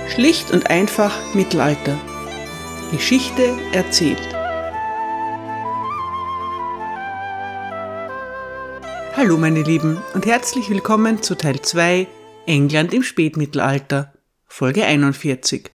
Schlicht und einfach Mittelalter. Geschichte erzählt. Hallo meine Lieben und herzlich willkommen zu Teil 2 England im Spätmittelalter, Folge 41.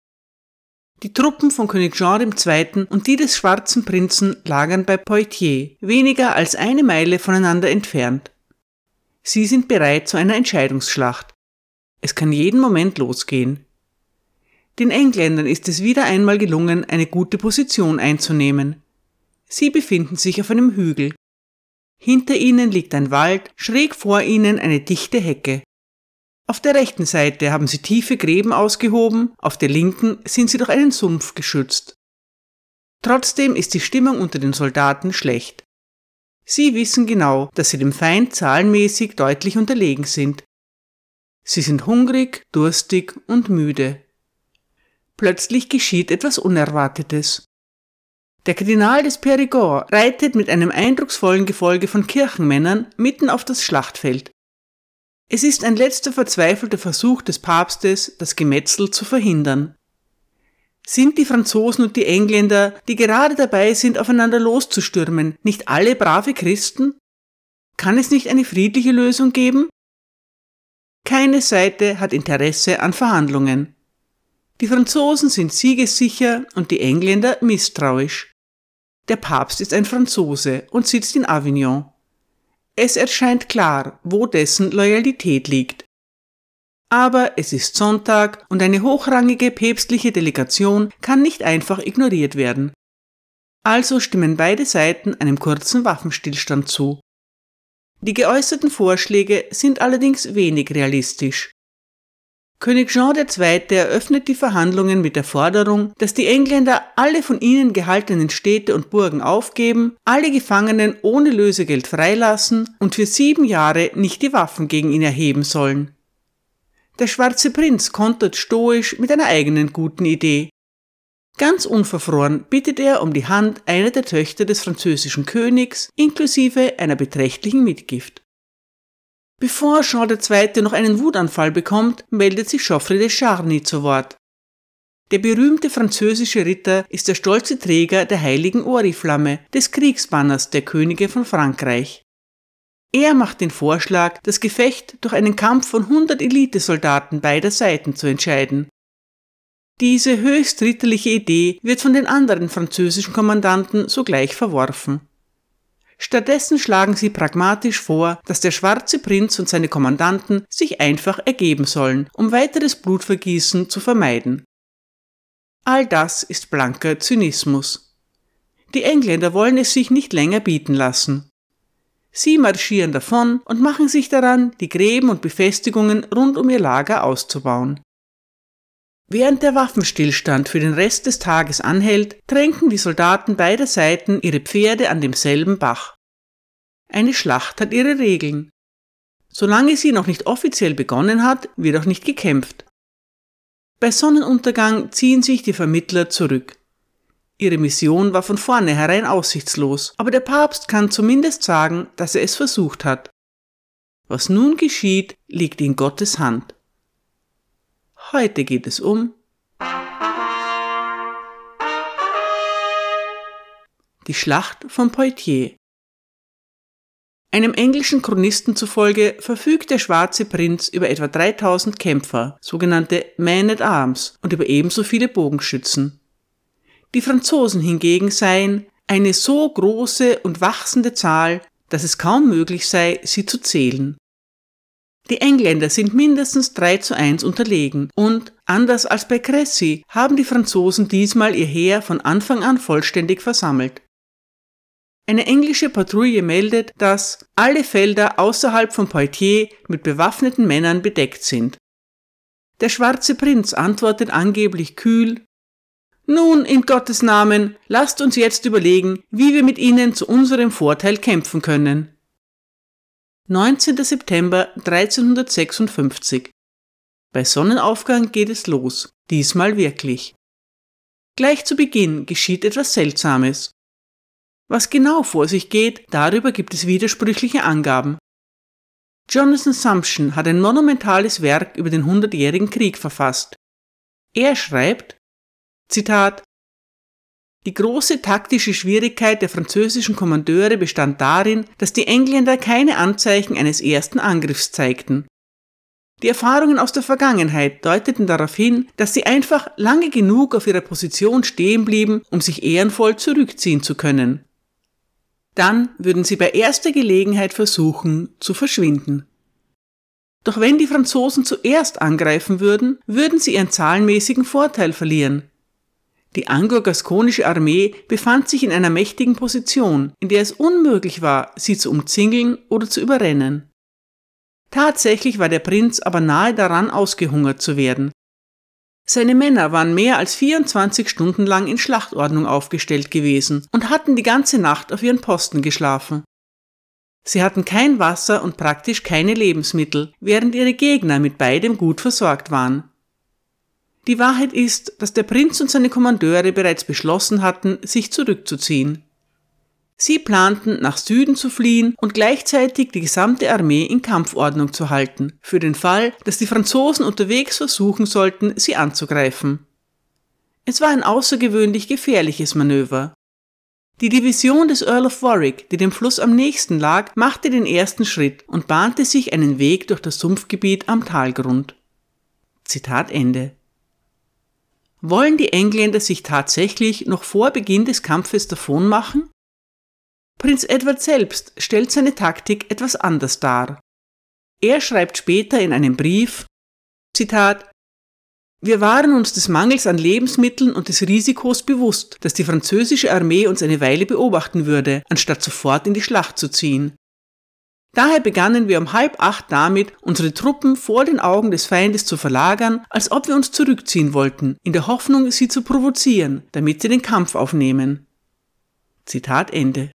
Die Truppen von König Jean II. Und die des Schwarzen Prinzen lagern bei Poitiers, weniger als eine Meile voneinander entfernt. Sie sind bereit zu einer Entscheidungsschlacht. Es kann jeden Moment losgehen. Den Engländern ist es wieder einmal gelungen, eine gute Position einzunehmen. Sie befinden sich auf einem Hügel. Hinter ihnen liegt ein Wald, schräg vor ihnen eine dichte Hecke. Auf der rechten Seite haben sie tiefe Gräben ausgehoben, auf der linken sind sie durch einen Sumpf geschützt. Trotzdem ist die Stimmung unter den Soldaten schlecht. Sie wissen genau, dass sie dem Feind zahlenmäßig deutlich unterlegen sind. Sie sind hungrig, durstig und müde. Plötzlich geschieht etwas Unerwartetes. Der Kardinal des Périgord reitet mit einem eindrucksvollen Gefolge von Kirchenmännern mitten auf das Schlachtfeld. Es ist ein letzter verzweifelter Versuch des Papstes, das Gemetzel zu verhindern. Sind die Franzosen und die Engländer, die gerade dabei sind, aufeinander loszustürmen, nicht alle brave Christen? Kann es nicht eine friedliche Lösung geben? Keine Seite hat Interesse an Verhandlungen. Die Franzosen sind siegessicher und die Engländer misstrauisch. Der Papst ist ein Franzose und sitzt in Avignon. Es erscheint klar, wo dessen Loyalität liegt. Aber es ist Sonntag und eine hochrangige päpstliche Delegation kann nicht einfach ignoriert werden. Also stimmen beide Seiten einem kurzen Waffenstillstand zu. Die geäußerten Vorschläge sind allerdings wenig realistisch. König Jean II. Eröffnet die Verhandlungen mit der Forderung, dass die Engländer alle von ihnen gehaltenen Städte und Burgen aufgeben, alle Gefangenen ohne Lösegeld freilassen und für 7 Jahre nicht die Waffen gegen ihn erheben sollen. Der Schwarze Prinz kontert stoisch mit einer eigenen guten Idee. Ganz unverfroren bittet er um die Hand einer der Töchter des französischen Königs, inklusive einer beträchtlichen Mitgift. Bevor Jean II. Noch einen Wutanfall bekommt, meldet sich Geoffrey de Charny zu Wort. Der berühmte französische Ritter ist der stolze Träger der heiligen Oriflamme, des Kriegsbanners der Könige von Frankreich. Er macht den Vorschlag, das Gefecht durch einen Kampf von 100 Elitesoldaten beider Seiten zu entscheiden. Diese höchst ritterliche Idee wird von den anderen französischen Kommandanten sogleich verworfen. Stattdessen schlagen sie pragmatisch vor, dass der Schwarze Prinz und seine Kommandanten sich einfach ergeben sollen, um weiteres Blutvergießen zu vermeiden. All das ist blanker Zynismus. Die Engländer wollen es sich nicht länger bieten lassen. Sie marschieren davon und machen sich daran, die Gräben und Befestigungen rund um ihr Lager auszubauen. Während der Waffenstillstand für den Rest des Tages anhält, tränken die Soldaten beider Seiten ihre Pferde an demselben Bach. Eine Schlacht hat ihre Regeln. Solange sie noch nicht offiziell begonnen hat, wird auch nicht gekämpft. Bei Sonnenuntergang ziehen sich die Vermittler zurück. Ihre Mission war von vornherein aussichtslos, aber der Papst kann zumindest sagen, dass er es versucht hat. Was nun geschieht, liegt in Gottes Hand. Heute geht es um die Schlacht von Poitiers. Einem englischen Chronisten zufolge verfügt der Schwarze Prinz über etwa 3000 Kämpfer, sogenannte Men at Arms, und über ebenso viele Bogenschützen. Die Franzosen hingegen seien eine so große und wachsende Zahl, dass es kaum möglich sei, sie zu zählen. Die Engländer sind mindestens 3:1 unterlegen und, anders als bei Crécy, haben die Franzosen diesmal ihr Heer von Anfang an vollständig versammelt. Eine englische Patrouille meldet, dass alle Felder außerhalb von Poitiers mit bewaffneten Männern bedeckt sind. Der Schwarze Prinz antwortet angeblich kühl: »Nun, in Gottes Namen, lasst uns jetzt überlegen, wie wir mit ihnen zu unserem Vorteil kämpfen können.« 19. September 1356. Bei Sonnenaufgang geht es los, diesmal wirklich. Gleich zu Beginn geschieht etwas Seltsames. Was genau vor sich geht, darüber gibt es widersprüchliche Angaben. Jonathan Sumption hat ein monumentales Werk über den 100-jährigen Krieg verfasst. Er schreibt, Zitat, die große taktische Schwierigkeit der französischen Kommandeure bestand darin, dass die Engländer keine Anzeichen eines ersten Angriffs zeigten. Die Erfahrungen aus der Vergangenheit deuteten darauf hin, dass sie einfach lange genug auf ihrer Position stehen blieben, um sich ehrenvoll zurückziehen zu können. Dann würden sie bei erster Gelegenheit versuchen, zu verschwinden. Doch wenn die Franzosen zuerst angreifen würden, würden sie ihren zahlenmäßigen Vorteil verlieren. Die anglo-gaskonische Armee befand sich in einer mächtigen Position, in der es unmöglich war, sie zu umzingeln oder zu überrennen. Tatsächlich war der Prinz aber nahe daran, ausgehungert zu werden. Seine Männer waren mehr als 24 Stunden lang in Schlachtordnung aufgestellt gewesen und hatten die ganze Nacht auf ihren Posten geschlafen. Sie hatten kein Wasser und praktisch keine Lebensmittel, während ihre Gegner mit beidem gut versorgt waren. Die Wahrheit ist, dass der Prinz und seine Kommandeure bereits beschlossen hatten, sich zurückzuziehen. Sie planten, nach Süden zu fliehen und gleichzeitig die gesamte Armee in Kampfordnung zu halten, für den Fall, dass die Franzosen unterwegs versuchen sollten, sie anzugreifen. Es war ein außergewöhnlich gefährliches Manöver. Die Division des Earl of Warwick, die dem Fluss am nächsten lag, machte den ersten Schritt und bahnte sich einen Weg durch das Sumpfgebiet am Talgrund. Zitat Ende. Wollen die Engländer sich tatsächlich noch vor Beginn des Kampfes davonmachen? Prinz Edward selbst stellt seine Taktik etwas anders dar. Er schreibt später in einem Brief, Zitat, wir waren uns des Mangels an Lebensmitteln und des Risikos bewusst, dass die französische Armee uns eine Weile beobachten würde, anstatt sofort in die Schlacht zu ziehen. Daher begannen wir um 7:30 damit, unsere Truppen vor den Augen des Feindes zu verlagern, als ob wir uns zurückziehen wollten, in der Hoffnung, sie zu provozieren, damit sie den Kampf aufnehmen. Zitat Ende.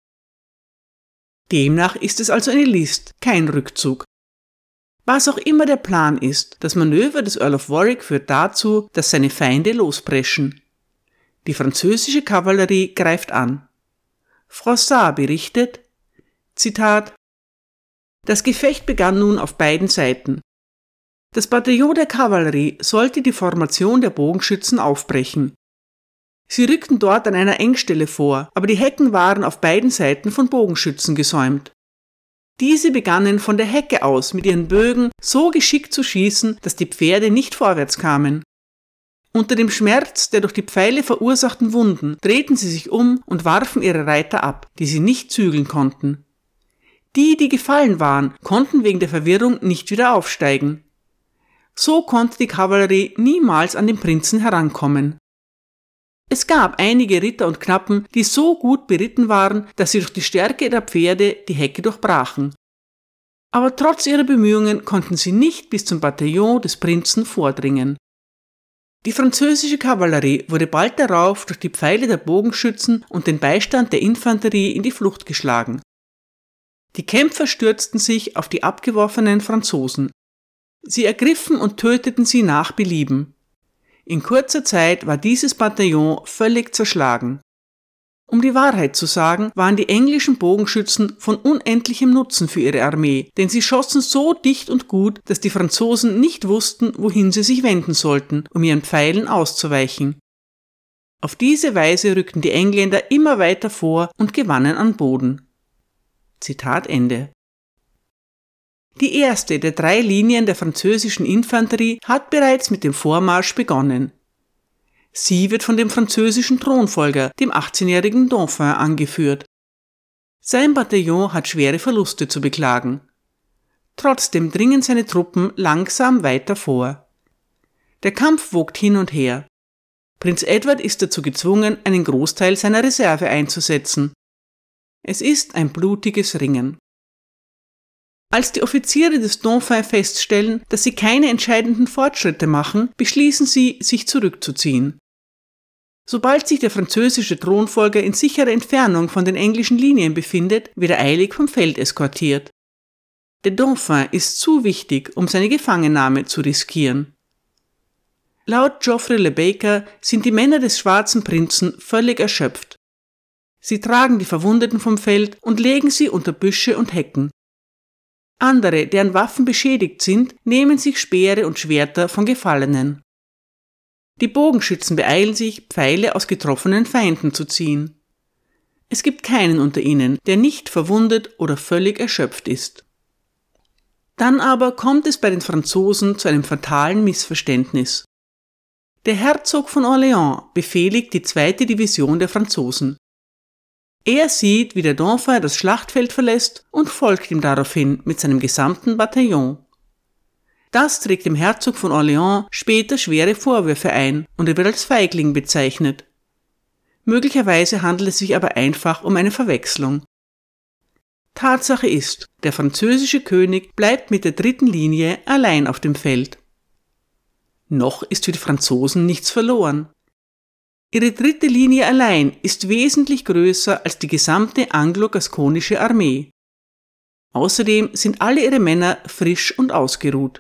Demnach ist es also eine List, kein Rückzug. Was auch immer der Plan ist, das Manöver des Earl of Warwick führt dazu, dass seine Feinde lospreschen. Die französische Kavallerie greift an. Froissart berichtet, Zitat, das Gefecht begann nun auf beiden Seiten. Das Bataillon der Kavallerie sollte die Formation der Bogenschützen aufbrechen. Sie rückten dort an einer Engstelle vor, aber die Hecken waren auf beiden Seiten von Bogenschützen gesäumt. Diese begannen von der Hecke aus mit ihren Bögen so geschickt zu schießen, dass die Pferde nicht vorwärts kamen. Unter dem Schmerz der durch die Pfeile verursachten Wunden drehten sie sich um und warfen ihre Reiter ab, die sie nicht zügeln konnten. Die gefallen waren, konnten wegen der Verwirrung nicht wieder aufsteigen. So konnte die Kavallerie niemals an den Prinzen herankommen. Es gab einige Ritter und Knappen, die so gut beritten waren, dass sie durch die Stärke der Pferde die Hecke durchbrachen. Aber trotz ihrer Bemühungen konnten sie nicht bis zum Bataillon des Prinzen vordringen. Die französische Kavallerie wurde bald darauf durch die Pfeile der Bogenschützen und den Beistand der Infanterie in die Flucht geschlagen. Die Kämpfer stürzten sich auf die abgeworfenen Franzosen. Sie ergriffen und töteten sie nach Belieben. In kurzer Zeit war dieses Bataillon völlig zerschlagen. Um die Wahrheit zu sagen, waren die englischen Bogenschützen von unendlichem Nutzen für ihre Armee, denn sie schossen so dicht und gut, dass die Franzosen nicht wussten, wohin sie sich wenden sollten, um ihren Pfeilen auszuweichen. Auf diese Weise rückten die Engländer immer weiter vor und gewannen an Boden. Zitat Ende. Die erste der 3 Linien der französischen Infanterie hat bereits mit dem Vormarsch begonnen. Sie wird von dem französischen Thronfolger, dem 18-jährigen Dauphin, angeführt. Sein Bataillon hat schwere Verluste zu beklagen. Trotzdem dringen seine Truppen langsam weiter vor. Der Kampf wogt hin und her. Prinz Edward ist dazu gezwungen, einen Großteil seiner Reserve einzusetzen. Es ist ein blutiges Ringen. Als die Offiziere des Dauphin feststellen, dass sie keine entscheidenden Fortschritte machen, beschließen sie, sich zurückzuziehen. Sobald sich der französische Thronfolger in sicherer Entfernung von den englischen Linien befindet, wird er eilig vom Feld eskortiert. Der Dauphin ist zu wichtig, um seine Gefangennahme zu riskieren. Laut Geoffrey Le Baker sind die Männer des Schwarzen Prinzen völlig erschöpft. Sie tragen die Verwundeten vom Feld und legen sie unter Büsche und Hecken. Andere, deren Waffen beschädigt sind, nehmen sich Speere und Schwerter von Gefallenen. Die Bogenschützen beeilen sich, Pfeile aus getroffenen Feinden zu ziehen. Es gibt keinen unter ihnen, der nicht verwundet oder völlig erschöpft ist. Dann aber kommt es bei den Franzosen zu einem fatalen Missverständnis. Der Herzog von Orléans befehligt die 2. Division der Franzosen. Er sieht, wie der Dauphin das Schlachtfeld verlässt und folgt ihm daraufhin mit seinem gesamten Bataillon. Das trägt dem Herzog von Orléans später schwere Vorwürfe ein und er wird als Feigling bezeichnet. Möglicherweise handelt es sich aber einfach um eine Verwechslung. Tatsache ist, der französische König bleibt mit der 3. Linie allein auf dem Feld. Noch ist für die Franzosen nichts verloren. Ihre 3. Linie allein ist wesentlich größer als die gesamte anglo-gaskonische Armee. Außerdem sind alle ihre Männer frisch und ausgeruht.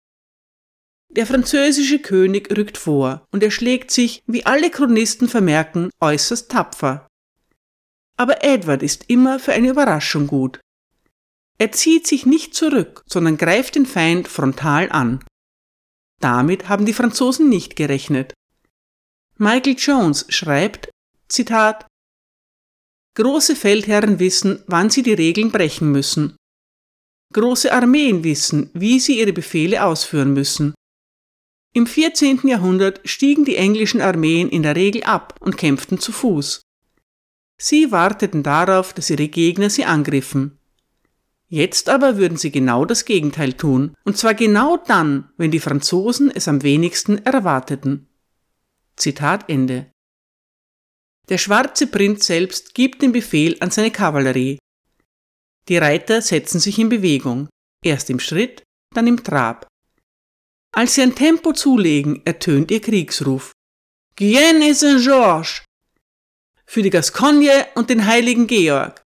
Der französische König rückt vor und er schlägt sich, wie alle Chronisten vermerken, äußerst tapfer. Aber Edward ist immer für eine Überraschung gut. Er zieht sich nicht zurück, sondern greift den Feind frontal an. Damit haben die Franzosen nicht gerechnet. Michael Jones schreibt, Zitat, große Feldherren wissen, wann sie die Regeln brechen müssen. Große Armeen wissen, wie sie ihre Befehle ausführen müssen. Im 14. Jahrhundert stiegen die englischen Armeen in der Regel ab und kämpften zu Fuß. Sie warteten darauf, dass ihre Gegner sie angriffen. Jetzt aber würden sie genau das Gegenteil tun, und zwar genau dann, wenn die Franzosen es am wenigsten erwarteten. Zitat Ende. Der schwarze Prinz selbst gibt den Befehl an seine Kavallerie. Die Reiter setzen sich in Bewegung, erst im Schritt, dann im Trab. Als sie ein Tempo zulegen, ertönt ihr Kriegsruf. Guyenne et Saint-Georges! Für die Gascogne und den heiligen Georg!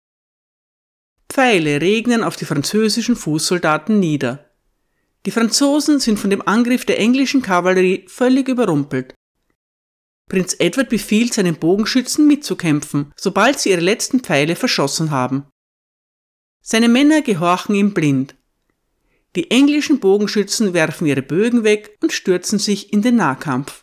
Pfeile regnen auf die französischen Fußsoldaten nieder. Die Franzosen sind von dem Angriff der englischen Kavallerie völlig überrumpelt. Prinz Edward befiehlt seinen Bogenschützen mitzukämpfen, sobald sie ihre letzten Pfeile verschossen haben. Seine Männer gehorchen ihm blind. Die englischen Bogenschützen werfen ihre Bögen weg und stürzen sich in den Nahkampf.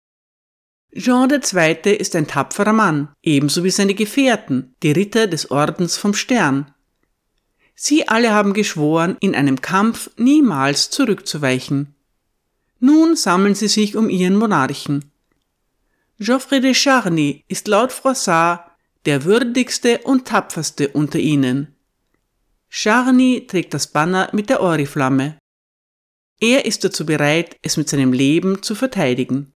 Jean II. Ist ein tapferer Mann, ebenso wie seine Gefährten, die Ritter des Ordens vom Stern. Sie alle haben geschworen, in einem Kampf niemals zurückzuweichen. Nun sammeln sie sich um ihren Monarchen. Geoffrey de Charny ist laut Froissart der würdigste und tapferste unter ihnen. Charny trägt das Banner mit der Oriflamme. Er ist dazu bereit, es mit seinem Leben zu verteidigen.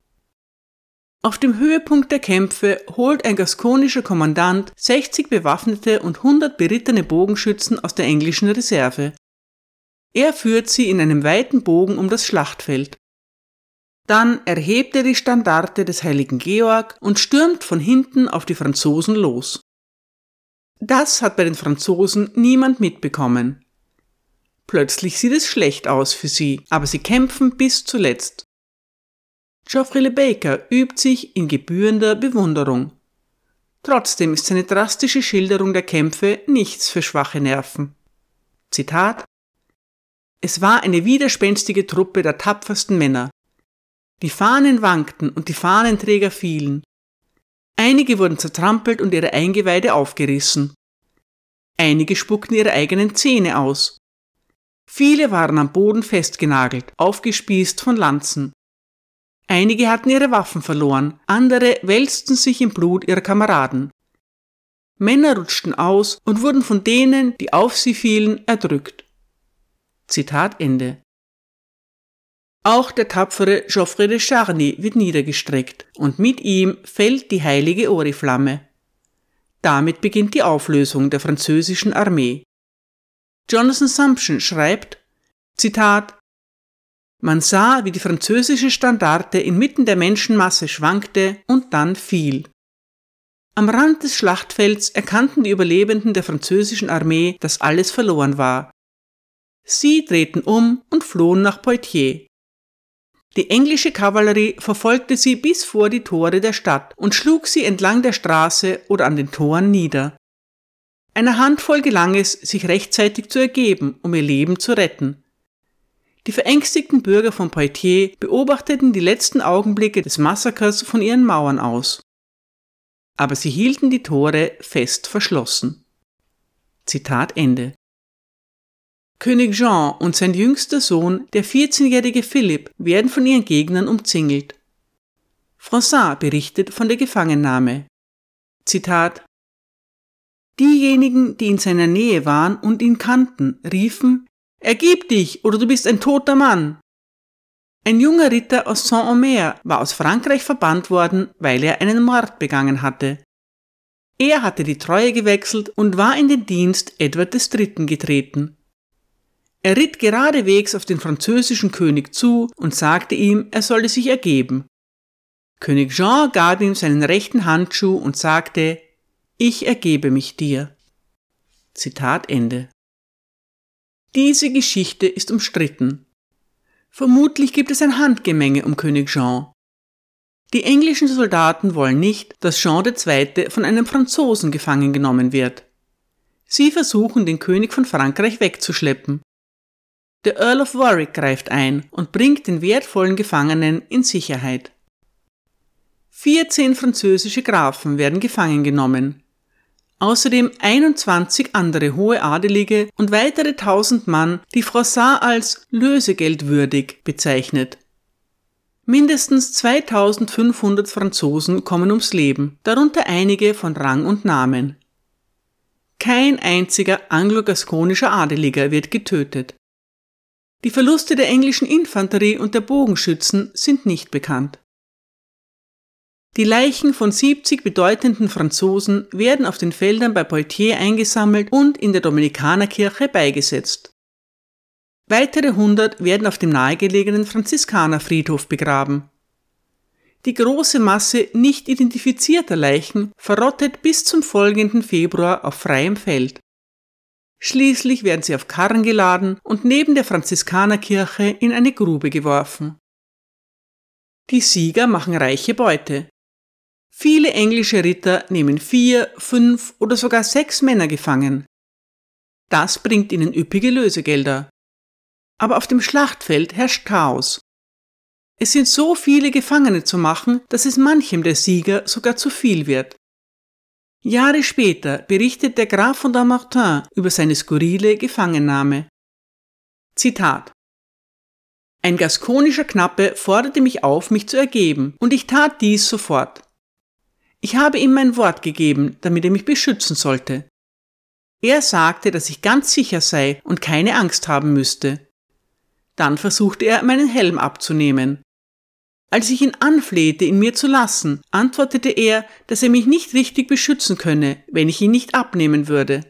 Auf dem Höhepunkt der Kämpfe holt ein gaskonischer Kommandant 60 bewaffnete und 100 berittene Bogenschützen aus der englischen Reserve. Er führt sie in einem weiten Bogen um das Schlachtfeld. Dann erhebt er die Standarte des heiligen Georg und stürmt von hinten auf die Franzosen los. Das hat bei den Franzosen niemand mitbekommen. Plötzlich sieht es schlecht aus für sie, aber sie kämpfen bis zuletzt. Geoffrey Le Baker übt sich in gebührender Bewunderung. Trotzdem ist seine drastische Schilderung der Kämpfe nichts für schwache Nerven. Zitat: Es war eine widerspenstige Truppe der tapfersten Männer. Die Fahnen wankten und die Fahnenträger fielen. Einige wurden zertrampelt und ihre Eingeweide aufgerissen. Einige spuckten ihre eigenen Zähne aus. Viele waren am Boden festgenagelt, aufgespießt von Lanzen. Einige hatten ihre Waffen verloren, andere wälzten sich im Blut ihrer Kameraden. Männer rutschten aus und wurden von denen, die auf sie fielen, erdrückt. Zitat Ende. Auch der tapfere Geoffrey de Charny wird niedergestreckt und mit ihm fällt die heilige Oriflamme. Damit beginnt die Auflösung der französischen Armee. Jonathan Sumption schreibt, Zitat: Man sah, wie die französische Standarte inmitten der Menschenmasse schwankte und dann fiel. Am Rand des Schlachtfelds erkannten die Überlebenden der französischen Armee, dass alles verloren war. Sie drehten um und flohen nach Poitiers. Die englische Kavallerie verfolgte sie bis vor die Tore der Stadt und schlug sie entlang der Straße oder an den Toren nieder. Einer Handvoll gelang es, sich rechtzeitig zu ergeben, um ihr Leben zu retten. Die verängstigten Bürger von Poitiers beobachteten die letzten Augenblicke des Massakers von ihren Mauern aus. Aber sie hielten die Tore fest verschlossen. Zitat Ende. König Jean und sein jüngster Sohn, der 14-jährige Philipp, werden von ihren Gegnern umzingelt. Fronsac berichtet von der Gefangennahme. Zitat: Diejenigen, die in seiner Nähe waren und ihn kannten, riefen: Ergib dich, oder du bist ein toter Mann! Ein junger Ritter aus Saint-Omer war aus Frankreich verbannt worden, weil er einen Mord begangen hatte. Er hatte die Treue gewechselt und war in den Dienst Edward III. Getreten. Er ritt geradewegs auf den französischen König zu und sagte ihm, er solle sich ergeben. König Jean gab ihm seinen rechten Handschuh und sagte: Ich ergebe mich dir. Zitat Ende. Diese Geschichte ist umstritten. Vermutlich gibt es ein Handgemenge um König Jean. Die englischen Soldaten wollen nicht, dass Jean II. Von einem Franzosen gefangen genommen wird. Sie versuchen, den König von Frankreich wegzuschleppen. Der Earl of Warwick greift ein und bringt den wertvollen Gefangenen in Sicherheit. 14 französische Grafen werden gefangen genommen. Außerdem 21 andere hohe Adelige und weitere 1000 Mann, die Fronsac als lösegeldwürdig bezeichnet. Mindestens 2500 Franzosen kommen ums Leben, darunter einige von Rang und Namen. Kein einziger anglo-gaskonischer Adeliger wird getötet. Die Verluste der englischen Infanterie und der Bogenschützen sind nicht bekannt. Die Leichen von 70 bedeutenden Franzosen werden auf den Feldern bei Poitiers eingesammelt und in der Dominikanerkirche beigesetzt. Weitere 100 werden auf dem nahegelegenen Franziskanerfriedhof begraben. Die große Masse nicht identifizierter Leichen verrottet bis zum folgenden Februar auf freiem Feld. Schließlich werden sie auf Karren geladen und neben der Franziskanerkirche in eine Grube geworfen. Die Sieger machen reiche Beute. Viele englische Ritter nehmen 4, 5 oder sogar 6 Männer gefangen. Das bringt ihnen üppige Lösegelder. Aber auf dem Schlachtfeld herrscht Chaos. Es sind so viele Gefangene zu machen, dass es manchem der Sieger sogar zu viel wird. Jahre später berichtet der Graf von Dammartin über seine skurrile Gefangennahme. Zitat: Ein gaskonischer Knappe forderte mich auf, mich zu ergeben, und ich tat dies sofort. Ich habe ihm mein Wort gegeben, damit er mich beschützen sollte. Er sagte, dass ich ganz sicher sei und keine Angst haben müsste. Dann versuchte er, meinen Helm abzunehmen. Als ich ihn anflehte, ihn mir zu lassen, antwortete er, dass er mich nicht richtig beschützen könne, wenn ich ihn nicht abnehmen würde.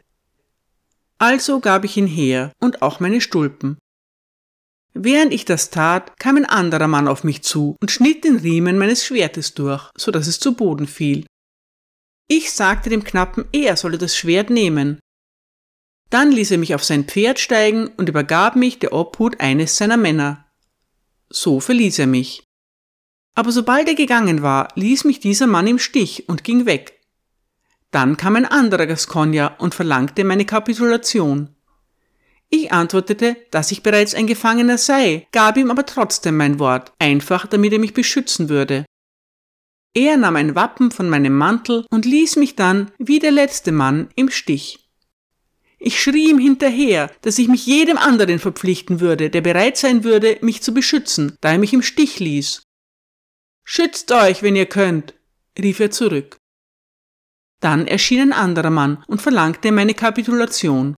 Also gab ich ihn her und auch meine Stulpen. Während ich das tat, kam ein anderer Mann auf mich zu und schnitt den Riemen meines Schwertes durch, so dass es zu Boden fiel. Ich sagte dem Knappen, er solle das Schwert nehmen. Dann ließ er mich auf sein Pferd steigen und übergab mich der Obhut eines seiner Männer. So verließ er mich. Aber sobald er gegangen war, ließ mich dieser Mann im Stich und ging weg. Dann kam ein anderer Gascogner und verlangte meine Kapitulation. Ich antwortete, dass ich bereits ein Gefangener sei, gab ihm aber trotzdem mein Wort, einfach damit er mich beschützen würde. Er nahm ein Wappen von meinem Mantel und ließ mich dann, wie der letzte Mann, im Stich. Ich schrie ihm hinterher, dass ich mich jedem anderen verpflichten würde, der bereit sein würde, mich zu beschützen, da er mich im Stich ließ. »Schützt euch, wenn ihr könnt«, rief er zurück. Dann erschien ein anderer Mann und verlangte meine Kapitulation.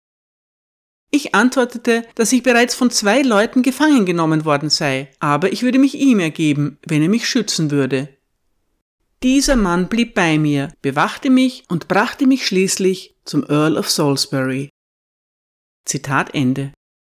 Ich antwortete, dass ich bereits von 2 Leuten gefangen genommen worden sei, aber ich würde mich ihm ergeben, wenn er mich schützen würde. Dieser Mann blieb bei mir, bewachte mich und brachte mich schließlich zum Earl of Salisbury. Zitat Ende.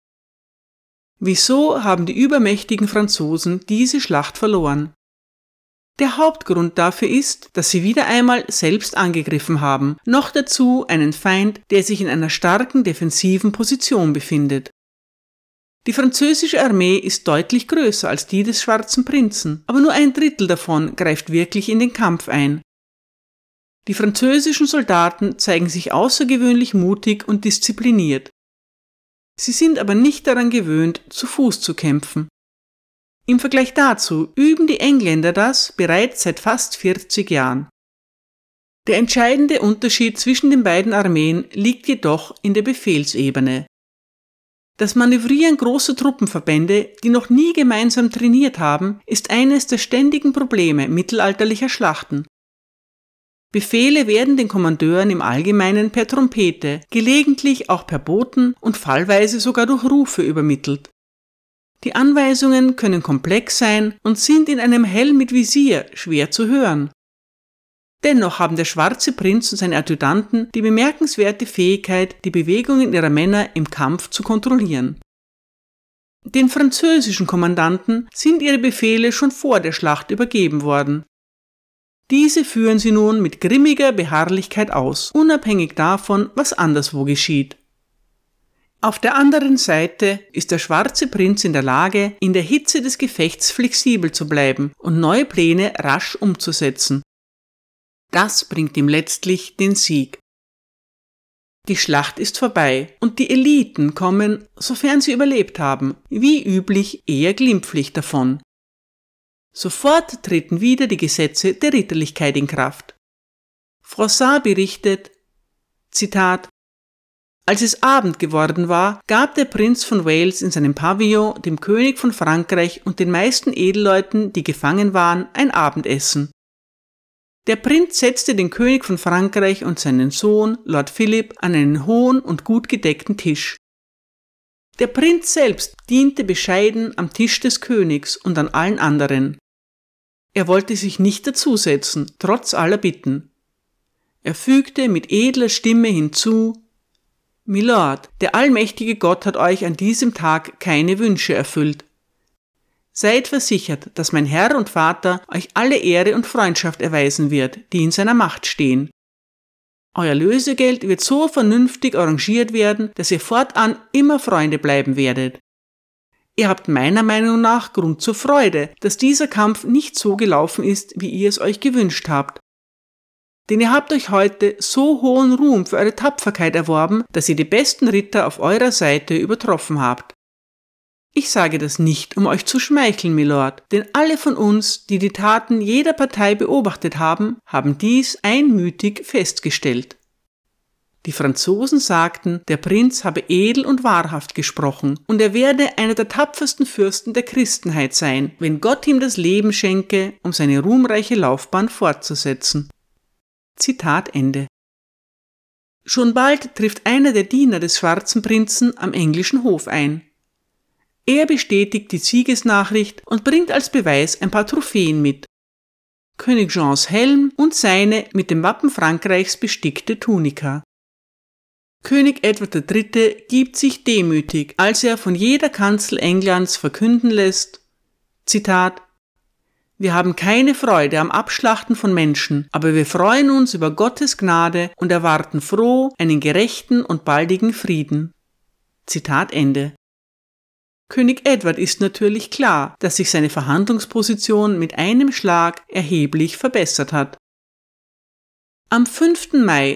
Wieso haben die übermächtigen Franzosen diese Schlacht verloren? Der Hauptgrund dafür ist, dass sie wieder einmal selbst angegriffen haben, noch dazu einen Feind, der sich in einer starken defensiven Position befindet. Die französische Armee ist deutlich größer als die des Schwarzen Prinzen, aber nur 1/3 davon greift wirklich in den Kampf ein. Die französischen Soldaten zeigen sich außergewöhnlich mutig und diszipliniert. Sie sind aber nicht daran gewöhnt, zu Fuß zu kämpfen. Im Vergleich dazu üben die Engländer das bereits seit fast 40 Jahren. Der entscheidende Unterschied zwischen den beiden Armeen liegt jedoch in der Befehlsebene. Das Manövrieren großer Truppenverbände, die noch nie gemeinsam trainiert haben, ist eines der ständigen Probleme mittelalterlicher Schlachten. Befehle werden den Kommandeuren im Allgemeinen per Trompete, gelegentlich auch per Boten und fallweise sogar durch Rufe übermittelt. Die Anweisungen können komplex sein und sind in einem Helm mit Visier schwer zu hören. Dennoch haben der Schwarze Prinz und seine Adjutanten die bemerkenswerte Fähigkeit, die Bewegungen ihrer Männer im Kampf zu kontrollieren. Den französischen Kommandanten sind ihre Befehle schon vor der Schlacht übergeben worden. Diese führen sie nun mit grimmiger Beharrlichkeit aus, unabhängig davon, was anderswo geschieht. Auf der anderen Seite ist der Schwarze Prinz in der Lage, in der Hitze des Gefechts flexibel zu bleiben und neue Pläne rasch umzusetzen. Das bringt ihm letztlich den Sieg. Die Schlacht ist vorbei und die Eliten kommen, sofern sie überlebt haben, wie üblich eher glimpflich davon. Sofort treten wieder die Gesetze der Ritterlichkeit in Kraft. Froissart berichtet, Zitat: Als es Abend geworden war, gab der Prinz von Wales in seinem Pavillon dem König von Frankreich und den meisten Edelleuten, die gefangen waren, ein Abendessen. Der Prinz setzte den König von Frankreich und seinen Sohn, Lord Philipp, an einen hohen und gut gedeckten Tisch. Der Prinz selbst diente bescheiden am Tisch des Königs und an allen anderen. Er wollte sich nicht dazusetzen, trotz aller Bitten. Er fügte mit edler Stimme hinzu: Milord, der allmächtige Gott hat euch an diesem Tag keine Wünsche erfüllt. Seid versichert, dass mein Herr und Vater euch alle Ehre und Freundschaft erweisen wird, die in seiner Macht stehen. Euer Lösegeld wird so vernünftig arrangiert werden, dass ihr fortan immer Freunde bleiben werdet. Ihr habt meiner Meinung nach Grund zur Freude, dass dieser Kampf nicht so gelaufen ist, wie ihr es euch gewünscht habt. Denn ihr habt euch heute so hohen Ruhm für eure Tapferkeit erworben, dass ihr die besten Ritter auf eurer Seite übertroffen habt. Ich sage das nicht, um euch zu schmeicheln, Milord, denn alle von uns, die die Taten jeder Partei beobachtet haben, haben dies einmütig festgestellt. Die Franzosen sagten, der Prinz habe edel und wahrhaft gesprochen und er werde einer der tapfersten Fürsten der Christenheit sein, wenn Gott ihm das Leben schenke, um seine ruhmreiche Laufbahn fortzusetzen. Zitat Ende. Schon bald trifft einer der Diener des Schwarzen Prinzen am englischen Hof ein. Er bestätigt die Siegesnachricht und bringt als Beweis ein paar Trophäen mit. König Jeans Helm und seine mit dem Wappen Frankreichs bestickte Tunika. König Edward III. Gibt sich demütig, als er von jeder Kanzel Englands verkünden lässt, Zitat: Wir haben keine Freude am Abschlachten von Menschen, aber wir freuen uns über Gottes Gnade und erwarten froh einen gerechten und baldigen Frieden. Zitat Ende. König Edward ist natürlich klar, dass sich seine Verhandlungsposition mit einem Schlag erheblich verbessert hat. Am 5. Mai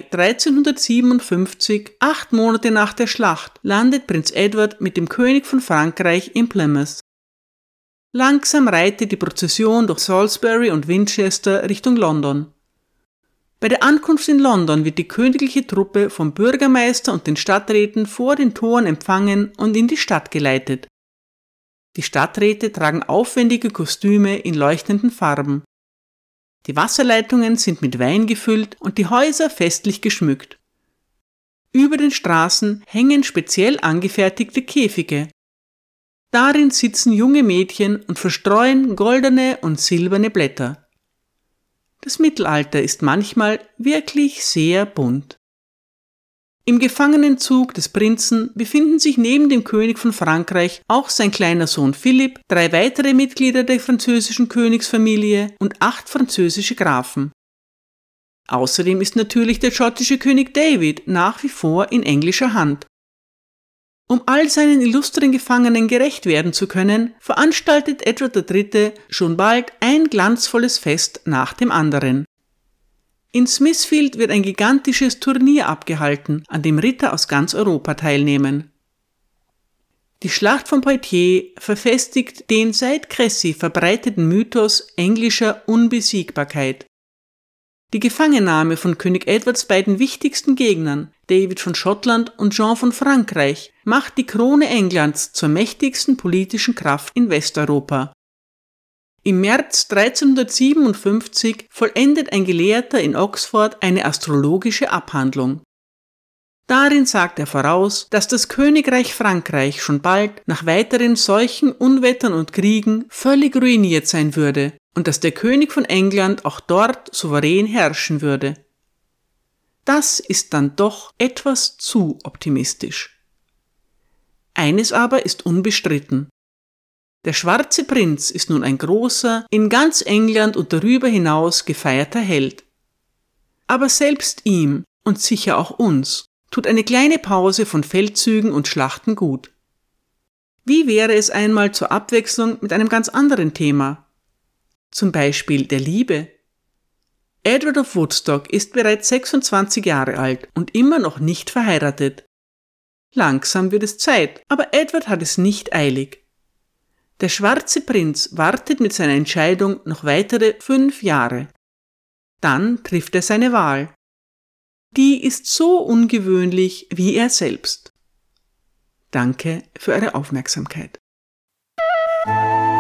1357, 8 Monate nach der Schlacht, landet Prinz Edward mit dem König von Frankreich in Plymouth. Langsam reitet die Prozession durch Salisbury und Winchester Richtung London. Bei der Ankunft in London wird die königliche Truppe vom Bürgermeister und den Stadträten vor den Toren empfangen und in die Stadt geleitet. Die Stadträte tragen aufwendige Kostüme in leuchtenden Farben. Die Wasserleitungen sind mit Wein gefüllt und die Häuser festlich geschmückt. Über den Straßen hängen speziell angefertigte Käfige. Darin sitzen junge Mädchen und verstreuen goldene und silberne Blätter. Das Mittelalter ist manchmal wirklich sehr bunt. Im Gefangenenzug des Prinzen befinden sich neben dem König von Frankreich auch sein kleiner Sohn Philipp, 3 weitere Mitglieder der französischen Königsfamilie und 8 französische Grafen. Außerdem ist natürlich der schottische König David nach wie vor in englischer Hand. Um all seinen illustren Gefangenen gerecht werden zu können, veranstaltet Edward III. Schon bald ein glanzvolles Fest nach dem anderen. In Smithfield wird ein gigantisches Turnier abgehalten, an dem Ritter aus ganz Europa teilnehmen. Die Schlacht von Poitiers verfestigt den seit Cressy verbreiteten Mythos englischer Unbesiegbarkeit. Die Gefangennahme von König Edwards beiden wichtigsten Gegnern, David von Schottland und Jean von Frankreich, macht die Krone Englands zur mächtigsten politischen Kraft in Westeuropa. Im März 1357 vollendet ein Gelehrter in Oxford eine astrologische Abhandlung. Darin sagt er voraus, dass das Königreich Frankreich schon bald nach weiteren Seuchen, Unwettern und Kriegen völlig ruiniert sein würde und dass der König von England auch dort souverän herrschen würde. Das ist dann doch etwas zu optimistisch. Eines aber ist unbestritten. Der Schwarze Prinz ist nun ein großer, in ganz England und darüber hinaus gefeierter Held. Aber selbst ihm und sicher auch uns tut eine kleine Pause von Feldzügen und Schlachten gut. Wie wäre es einmal zur Abwechslung mit einem ganz anderen Thema? Zum Beispiel der Liebe. Edward of Woodstock ist bereits 26 Jahre alt und immer noch nicht verheiratet. Langsam wird es Zeit, aber Edward hat es nicht eilig. Der Schwarze Prinz wartet mit seiner Entscheidung noch weitere 5 Jahre. Dann trifft er seine Wahl. Die ist so ungewöhnlich wie er selbst. Danke für eure Aufmerksamkeit.